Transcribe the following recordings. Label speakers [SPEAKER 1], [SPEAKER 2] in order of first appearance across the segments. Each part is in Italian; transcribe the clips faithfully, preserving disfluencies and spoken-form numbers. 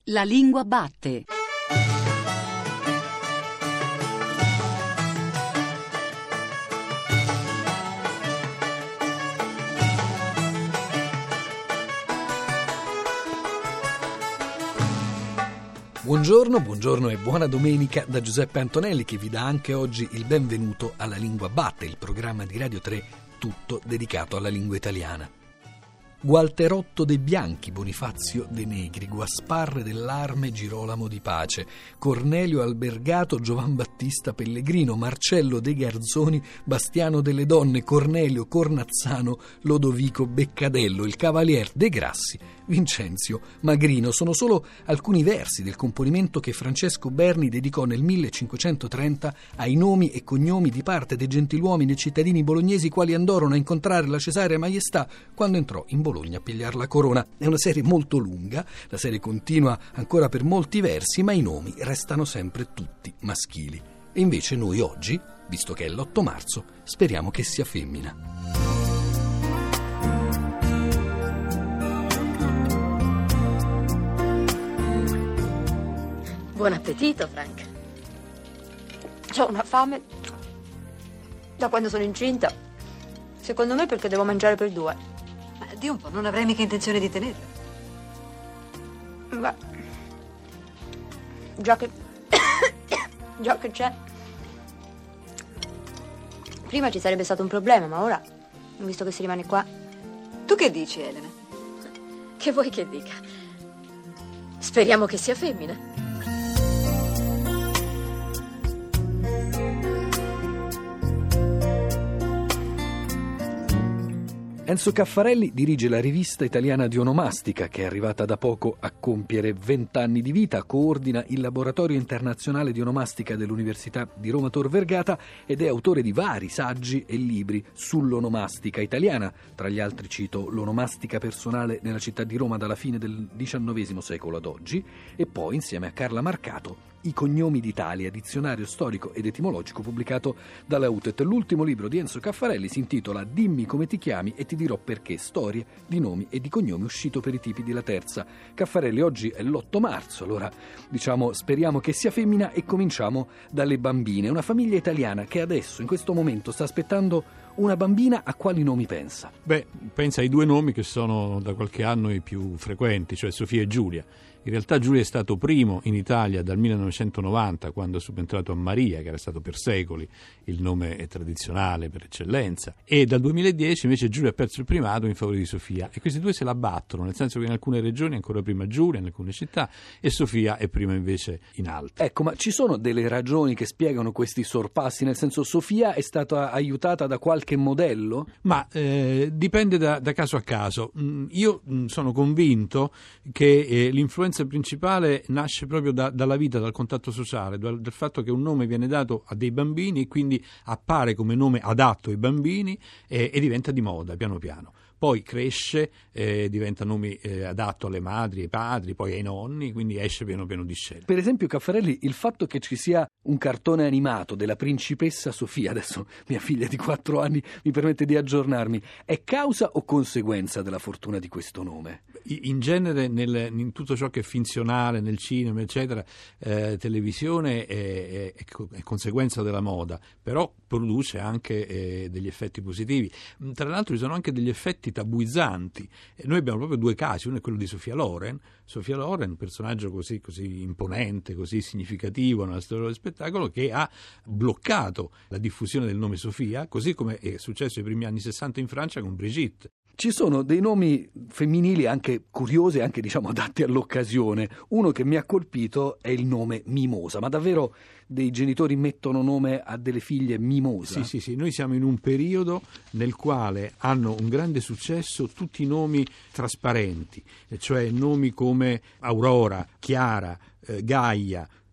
[SPEAKER 1] La lingua batte.
[SPEAKER 2] Buongiorno, buongiorno e buona domenica da Giuseppe Antonelli, che vi dà anche oggi il benvenuto alla Lingua Batte, il programma di Radio tre tutto dedicato alla lingua italiana. Gualterotto de Bianchi, Bonifazio de Negri, Guasparre dell'Arme, Girolamo di Pace, Cornelio Albergato, Giovan Battista Pellegrino, Marcello de Garzoni, Bastiano delle Donne, Cornelio Cornazzano, Lodovico Beccadello, il Cavalier de Grassi, Vincenzio Magrino. Sono solo alcuni versi del componimento che Francesco Berni dedicò nel millecinquecentotrenta ai nomi e cognomi di parte dei gentiluomini e cittadini bolognesi quali andarono a incontrare la Cesarea Maestà quando entrò in Bologna a pigliar la corona. È una serie molto lunga, la serie continua ancora per molti versi, ma i nomi restano sempre tutti maschili. E invece noi oggi, visto che è l'otto marzo, speriamo che sia femmina.
[SPEAKER 3] Buon appetito, Frank.
[SPEAKER 4] C'ho una fame da quando sono incinta. Secondo me perché devo mangiare per due.
[SPEAKER 3] Ma di un po', non avrei mica intenzione di tenerla.
[SPEAKER 4] Beh, già che già che c'è. Prima ci sarebbe stato un problema, ma ora, visto che si rimane qua.
[SPEAKER 3] Tu che dici, Elena? Che vuoi che dica? Speriamo che sia femmina.
[SPEAKER 2] Enzo Caffarelli dirige la rivista italiana di onomastica, che è arrivata da poco a compiere vent'anni di vita, coordina il laboratorio internazionale di onomastica dell'Università di Roma Tor Vergata ed è autore di vari saggi e libri sull'onomastica italiana. Tra gli altri cito L'onomastica personale nella città di Roma dalla fine del diciannovesimo secolo ad oggi e poi, insieme a Carla Marcato, I cognomi d'Italia, dizionario storico ed etimologico pubblicato dalla U T E T. L'ultimo libro di Enzo Caffarelli si intitola Dimmi come ti chiami e ti dirò perché, storie di nomi e di cognomi, uscito per i tipi di La Terza. Caffarelli, oggi è l'otto marzo, allora diciamo speriamo che sia femmina e cominciamo dalle bambine. Una famiglia italiana che adesso, in questo momento, sta aspettando una bambina. A quali nomi pensa?
[SPEAKER 5] Beh, pensa ai due nomi che sono da qualche anno i più frequenti, cioè Sofia e Giulia. In realtà Giulia è stato primo in Italia dal millenovecentonovanta, quando è subentrato a Maria, che era stato per secoli il nome tradizionale per eccellenza, e dal duemiladieci invece Giulia ha perso il primato in favore di Sofia, e questi due se la battono, nel senso che in alcune regioni è ancora prima Giulia, in alcune città, e Sofia è prima invece in altre.
[SPEAKER 2] Ecco, ma ci sono delle ragioni che spiegano questi sorpassi? Nel senso, Sofia è stata aiutata da qualche modello?
[SPEAKER 5] Ma eh, dipende da, da caso a caso. Mm, io mm, sono convinto che eh, l'influenza principale nasce proprio da, dalla vita, dal contatto sociale, dal, dal fatto che un nome viene dato a dei bambini e quindi appare come nome adatto ai bambini e, e diventa di moda piano piano. Poi cresce, eh, diventa nome eh, adatto alle madri, ai padri, poi ai nonni, quindi esce piano piano di scena.
[SPEAKER 2] Per esempio, Caffarelli, il fatto che ci sia un cartone animato della principessa Sofia, adesso mia figlia di quattro anni mi permette di aggiornarmi, è causa o conseguenza della fortuna di questo nome?
[SPEAKER 5] In genere nel, in tutto ciò che è finzionale, nel cinema eccetera, eh, televisione è, è, è conseguenza della moda, però produce anche eh, degli effetti positivi. Tra l'altro ci sono anche degli effetti tabuizzanti. E noi abbiamo proprio due casi, uno è quello di Sofia Loren. Sofia Loren, un personaggio così, così imponente, così significativo nella storia dello spettacolo, che ha bloccato la diffusione del nome Sofia, così come è successo nei primi anni sessanta in Francia con Brigitte.
[SPEAKER 2] Ci sono dei nomi femminili anche curiosi, anche diciamo adatti all'occasione. Uno che mi ha colpito è il nome Mimosa, ma davvero dei genitori mettono nome a delle figlie Mimosa?
[SPEAKER 5] Sì, sì, sì, noi siamo in un periodo nel quale hanno un grande successo tutti i nomi trasparenti, cioè nomi come Aurora, Chiara, eh, Gaia,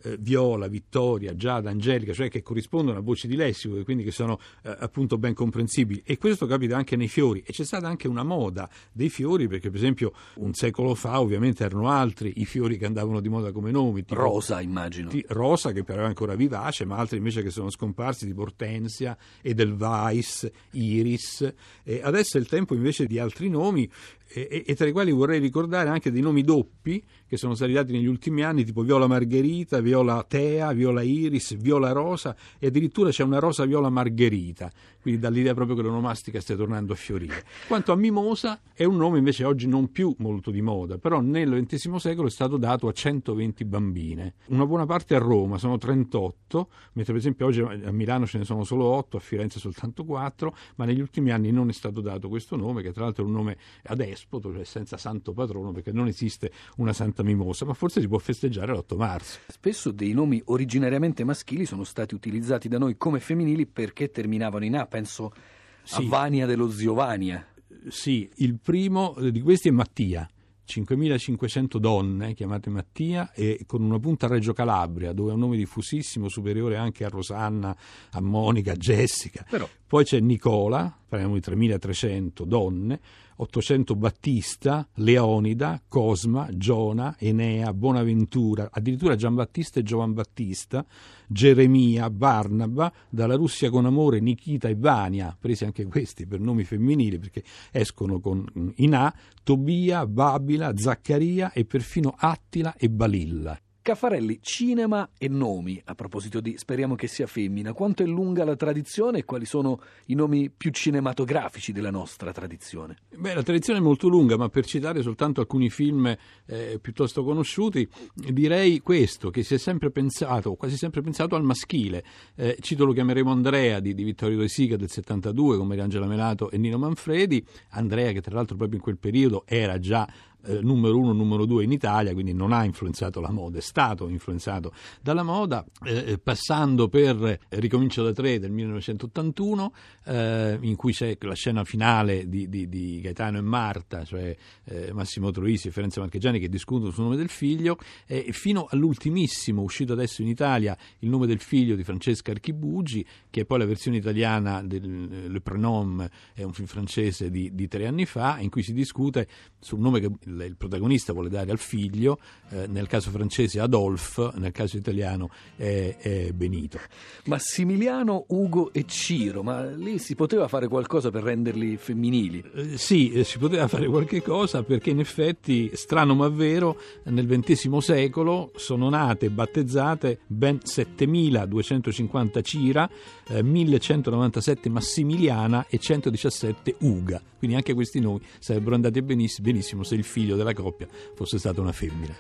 [SPEAKER 5] eh, Viola, Vittoria, Giada, Angelica, cioè che corrispondono a voci di lessico e quindi che sono eh, appunto ben comprensibili, e questo capita anche nei fiori. E c'è stata anche una moda dei fiori, perché per esempio un secolo fa ovviamente erano altri i fiori che andavano di moda come nomi, tipo
[SPEAKER 2] Rosa, immagino.
[SPEAKER 5] T- Rosa, che però è ancora vivace, ma altri invece che sono scomparsi, tipo Ortensia, Edelweiss, Iris. E adesso è il tempo invece di altri nomi, e, e tra i quali vorrei ricordare anche dei nomi doppi che sono stati dati negli ultimi anni, tipo Viola Margherita, Viola Tea, Viola Iris, Viola Rosa, e addirittura c'è una Rosa Viola Margherita, quindi dall'idea proprio che l'onomastica stia tornando a fiorire. Quanto a Mimosa, è un nome invece oggi non più molto di moda, però nel ventesimo secolo è stato dato a centoventi bambine, una buona parte a Roma, sono trentotto, mentre per esempio oggi a Milano ce ne sono solo otto, a Firenze soltanto quattro, ma negli ultimi anni non è stato dato questo nome, che tra l'altro è un nome adespoto, cioè senza santo patrono, perché non esiste una Santa Mimosa, ma forse si può festeggiare l'otto marzo.
[SPEAKER 2] Spesso dei nomi originariamente maschili sono stati utilizzati da noi come femminili perché terminavano in A, penso
[SPEAKER 5] Sì.
[SPEAKER 2] a Vania dello zio Vania.
[SPEAKER 5] Sì, il primo di questi è Mattia, cinquemilacinquecento donne chiamate Mattia, e con una punta a Reggio Calabria, dove è un nome diffusissimo, superiore anche a Rosanna, a Monica, a Jessica.
[SPEAKER 2] Però
[SPEAKER 5] Poi c'è Nicola, parliamo di tremilatrecento donne, ottocento Battista, Leonida, Cosma, Giona, Enea, Bonaventura, addirittura Giambattista e Giovan Battista, Geremia, Barnaba, dalla Russia con amore Nikita e Vania, presi anche questi per nomi femminili perché escono con in A, Tobia, Babila, Zaccaria e perfino Attila e Balilla.
[SPEAKER 2] Caffarelli, cinema e nomi. A proposito di Speriamo che sia femmina, quanto è lunga la tradizione e quali sono i nomi più cinematografici della nostra tradizione?
[SPEAKER 5] Beh, la tradizione è molto lunga, ma per citare soltanto alcuni film eh, piuttosto conosciuti, direi questo, che si è sempre pensato, quasi sempre pensato al maschile. Eh, cito Lo chiameremo Andrea di, di Vittorio De Sica del settantadue con Mariangela Melato e Nino Manfredi. Andrea, che tra l'altro proprio in quel periodo era già Eh, numero uno, numero due in Italia, quindi non ha influenzato la moda, è stato influenzato dalla moda, eh, passando per Ricomincio da tre del millenovecentottantuno, eh, in cui c'è la scena finale di, di, di Gaetano e Marta, cioè eh, Massimo Troisi e Ferenza Marchegiani che discutono sul nome del figlio, eh, fino all'ultimissimo, uscito adesso in Italia, Il nome del figlio di Francesca Archibugi, che è poi la versione italiana del Le Prénom, è un film francese di, di tre anni fa, in cui si discute sul nome che il protagonista vuole dare al figlio, eh, nel caso francese Adolphe, nel caso italiano è, è Benito.
[SPEAKER 2] Massimiliano, Ugo e Ciro, ma lì si poteva fare qualcosa per renderli femminili?
[SPEAKER 5] Eh, sì, eh, si poteva fare qualche cosa, perché in effetti, strano ma vero, nel ventesimo secolo sono nate e battezzate ben settemiladuecentocinquanta Cira, eh, millecentonovantasette Massimiliana e centodiciassette Uga, quindi anche questi nomi sarebbero andati benissimo, benissimo se il figlio della coppia fosse stata una femmina.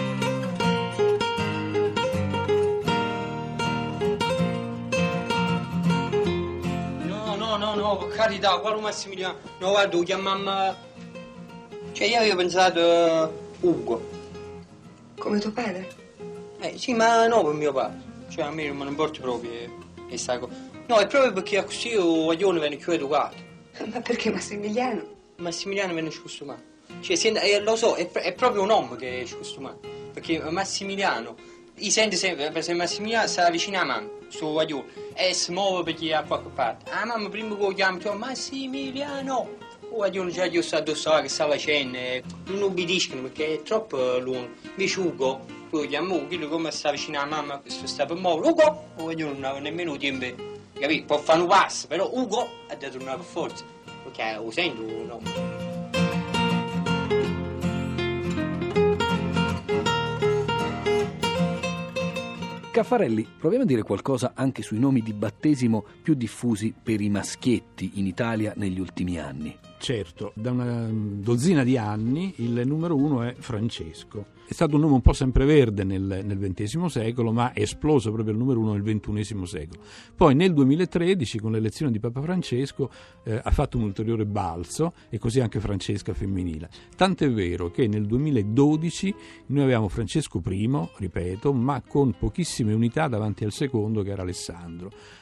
[SPEAKER 1] No, no, no, no, per carità, quale Massimiliano? No, guarda, lo chiamammo... Cioè, io avevo pensato uh, Ugo.
[SPEAKER 4] Come tuo padre?
[SPEAKER 1] Eh, sì, ma no per mio padre. Cioè, a me non me ne importa proprio questa cosa. No, è proprio perché così il guaglione viene più educato.
[SPEAKER 4] Ma perché Massimiliano?
[SPEAKER 1] Massimiliano viene scostumato. Cioè, se, eh, lo so, è, è proprio un uomo che è scostumato. Perché Massimiliano, io sento sempre, per esempio Massimiliano sta vicino a mamma, sto guaglione, e si muove perché è a qualche parte. Ah, mamma, prima che lo chiamo, tu, Massimiliano! Il guaglione già io sto addosso che sta facendo, non ubbidiscono perché è troppo lungo. Invece Ugo, tu lo chiami Ugo, quello come sta vicino a mamma, questo sta per muovere, Ugo! Il guaglione non aveva nemmeno tempo, capito? Può fare un passo, però Ugo ha dato una per forza, perché lo sento, no?
[SPEAKER 2] Caffarelli, proviamo a dire qualcosa anche sui nomi di battesimo più diffusi per i maschietti in Italia negli ultimi anni.
[SPEAKER 5] Certo, da una dozzina di anni il numero uno è Francesco. È stato un nome un po' sempreverde nel, nel ventesimo secolo, ma è esploso proprio il numero uno nel ventunesimo secolo. Poi nel duemilatredici, con l'elezione di Papa Francesco, eh, ha fatto un ulteriore balzo, e così anche Francesca femminile. Tant'è vero che nel duemiladodici noi avevamo Francesco primo, ripeto, ma con pochissime unità davanti al secondo, che era Alessandro.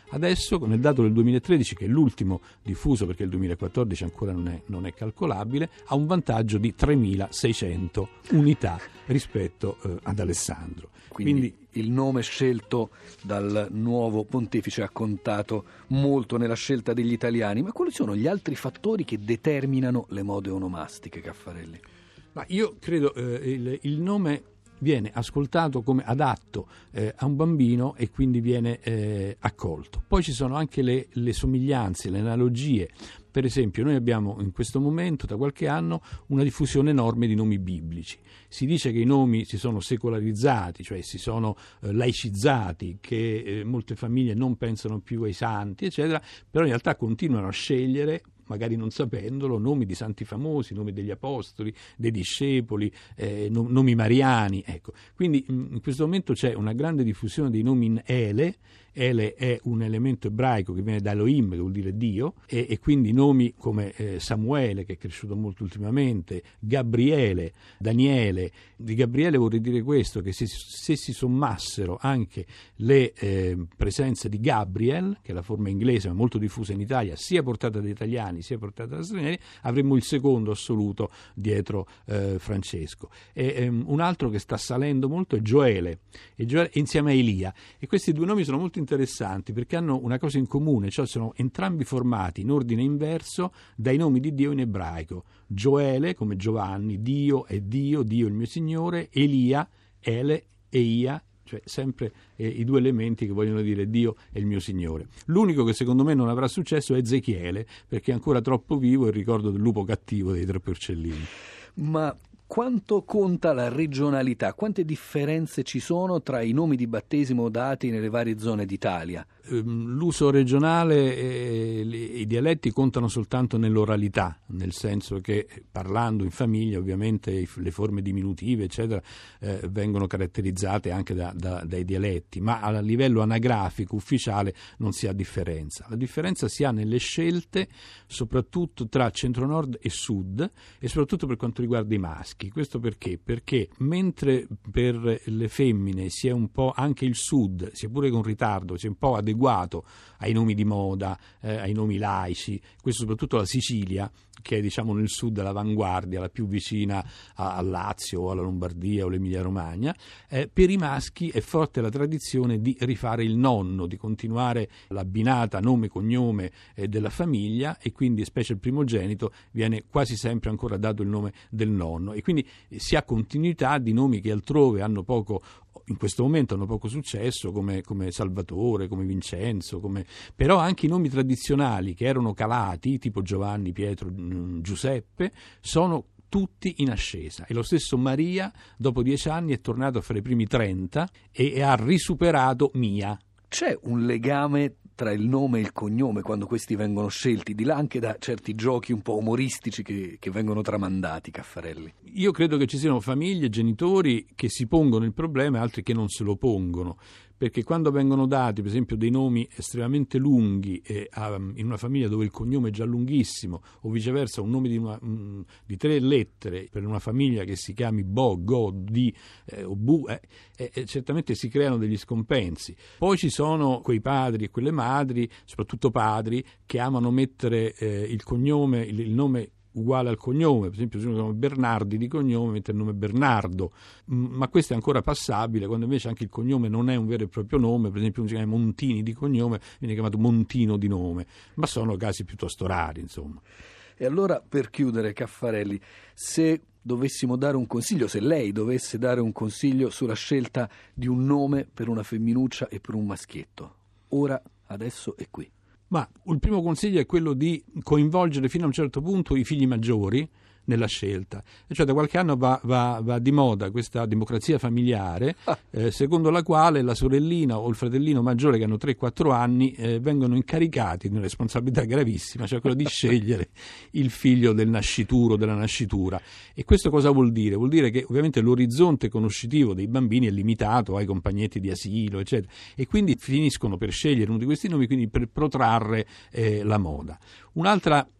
[SPEAKER 5] Adesso, nel dato del duemilatredici, che è l'ultimo diffuso perché il duemilaquattordici ancora non è, non è calcolabile, ha un vantaggio di tremilaseicento unità rispetto eh, ad Alessandro.
[SPEAKER 2] Quindi,
[SPEAKER 5] Quindi
[SPEAKER 2] il nome scelto dal nuovo pontefice ha contato molto nella scelta degli italiani, ma quali sono gli altri fattori che determinano le mode onomastiche, Caffarelli?
[SPEAKER 5] ma io credo eh, il, il nome viene ascoltato come adatto eh, a un bambino e quindi viene eh, accolto. Poi ci sono anche le, le somiglianze, le analogie. Per esempio, noi abbiamo in questo momento, da qualche anno, una diffusione enorme di nomi biblici. Si dice che i nomi si sono secolarizzati, cioè si sono eh, laicizzati, che eh, molte famiglie non pensano più ai santi, eccetera, però in realtà continuano a scegliere, magari non sapendolo, nomi di santi famosi, nomi degli apostoli, dei discepoli, eh, nomi mariani. Ecco. Quindi in questo momento c'è una grande diffusione dei nomi in ele. Ele è un elemento ebraico che viene da Elohim, che vuol dire Dio, e, e quindi nomi come eh, Samuele, che è cresciuto molto ultimamente, Gabriele, Daniele. Di Gabriele vorrei dire questo, che se, se si sommassero anche le eh, presenze di Gabriel, che è la forma inglese ma molto diffusa in Italia, sia portata da italiani sia portata da stranieri, avremmo il secondo assoluto dietro eh, Francesco. E, ehm, un altro che sta salendo molto è Gioele, e Gioele insieme a Elia, e questi due nomi sono molto interessanti perché hanno una cosa in comune, cioè sono entrambi formati in ordine inverso dai nomi di Dio in ebraico. Gioele come Giovanni, Dio è Dio, Dio il mio Signore, Elia, Ele, Eia, cioè sempre eh, i due elementi che vogliono dire Dio è il mio Signore. L'unico che secondo me non avrà successo è Ezechiele, perché è ancora troppo vivo il ricordo del lupo cattivo dei tre porcellini.
[SPEAKER 2] Ma quanto conta la regionalità? Quante differenze ci sono tra i nomi di battesimo dati nelle varie zone d'Italia?
[SPEAKER 5] L'uso regionale e i dialetti contano soltanto nell'oralità, nel senso che parlando in famiglia ovviamente le forme diminutive eccetera eh, vengono caratterizzate anche da, da, dai dialetti, ma a livello anagrafico ufficiale non si ha differenza. La differenza si ha nelle scelte soprattutto tra centro-nord e sud, e soprattutto per quanto riguarda i maschi. Questo perché? Perché mentre per le femmine si è un po' anche il sud, sia pure con ritardo, si è un po' adeguato ai nomi di moda, eh, ai nomi laici, questo soprattutto la Sicilia, che è diciamo nel sud l'avanguardia, la più vicina a, al Lazio o alla Lombardia o l'Emilia Romagna. Eh, per i maschi è forte la tradizione di rifare il nonno, di continuare l'abbinata nome-cognome eh, della famiglia, e quindi specie il primogenito viene quasi sempre ancora dato il nome del nonno, e quindi eh, si ha continuità di nomi che altrove hanno poco, in questo momento hanno poco successo, come, come Salvatore, come Vincenzo, come... però anche i nomi tradizionali che erano calati, tipo Giovanni, Pietro, Giuseppe, sono tutti in ascesa, e lo stesso Maria dopo dieci anni è tornato a fare i primi trenta e, e ha risuperato Mia.
[SPEAKER 2] C'è un legame tra il nome e il cognome quando questi vengono scelti, di là anche da certi giochi un po' umoristici che, che vengono tramandati, Caffarelli?
[SPEAKER 5] Io credo che ci siano famiglie, genitori che si pongono il problema e altri che non se lo pongono, perché quando vengono dati per esempio dei nomi estremamente lunghi eh, a, in una famiglia dove il cognome è già lunghissimo, o viceversa un nome di, una, mh, di tre lettere per una famiglia che si chiami Bo, Go, Di eh, o Bu, eh, eh, certamente si creano degli scompensi. Poi ci sono quei padri e quelle madri, soprattutto padri, che amano mettere eh, il cognome, il, il nome uguale al cognome. Per esempio se uno si chiama Bernardi di cognome mette il nome Bernardo, ma questo è ancora passabile, quando invece anche il cognome non è un vero e proprio nome. Per esempio uno si chiama Montini di cognome, viene chiamato Montino di nome, ma sono casi piuttosto rari, insomma.
[SPEAKER 2] E allora, per chiudere, Caffarelli, se dovessimo dare un consiglio, se lei dovesse dare un consiglio sulla scelta di un nome per una femminuccia e per un maschietto, ora, adesso e qui.
[SPEAKER 5] Ma il primo consiglio è quello di coinvolgere fino a un certo punto i figli maggiori nella scelta, e cioè da qualche anno va, va, va di moda questa democrazia familiare ah. eh, secondo la quale la sorellina o il fratellino maggiore che hanno tre quattro anni eh, vengono incaricati di una responsabilità gravissima, cioè quella di scegliere il figlio del nascituro, della nascitura. E questo cosa vuol dire? Vuol dire che ovviamente l'orizzonte conoscitivo dei bambini è limitato ai compagnetti di asilo eccetera, e quindi finiscono per scegliere uno di questi nomi, quindi per protrarre eh, la moda. Un'altra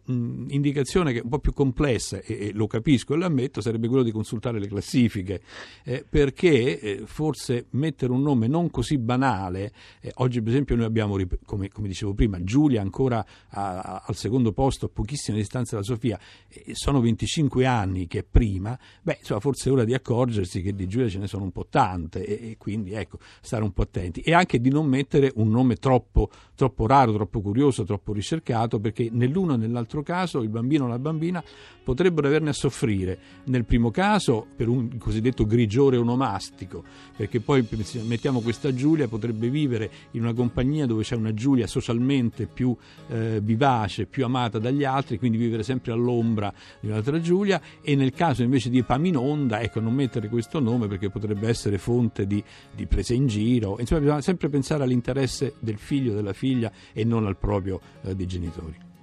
[SPEAKER 5] mh, indicazione che è un po' più complessa, e, e lo capisco e lo ammetto, sarebbe quello di consultare le classifiche, eh, perché eh, forse mettere un nome non così banale, eh, oggi per esempio noi abbiamo, come, come dicevo prima, Giulia ancora a, a, al secondo posto, a pochissima distanza da Sofia, eh, sono venticinque anni che è prima, beh insomma forse è ora di accorgersi che di Giulia ce ne sono un po' tante, e, e quindi ecco, stare un po' attenti, e anche di non mettere un nome troppo, troppo raro, troppo curioso, troppo ricercato, perché nell'uno e nell'altro caso il bambino o la bambina potrebbero averne a soffrire. Nel primo caso per un cosiddetto grigiore onomastico, perché poi mettiamo questa Giulia, potrebbe vivere in una compagnia dove c'è una Giulia socialmente più eh, vivace, più amata dagli altri, quindi vivere sempre all'ombra di un'altra Giulia, e nel caso invece di Epaminonda, ecco, non mettere questo nome perché potrebbe essere fonte di, di prese in giro. Insomma, bisogna sempre pensare all'interesse del figlio, della figlia, e non al proprio eh, dei genitori.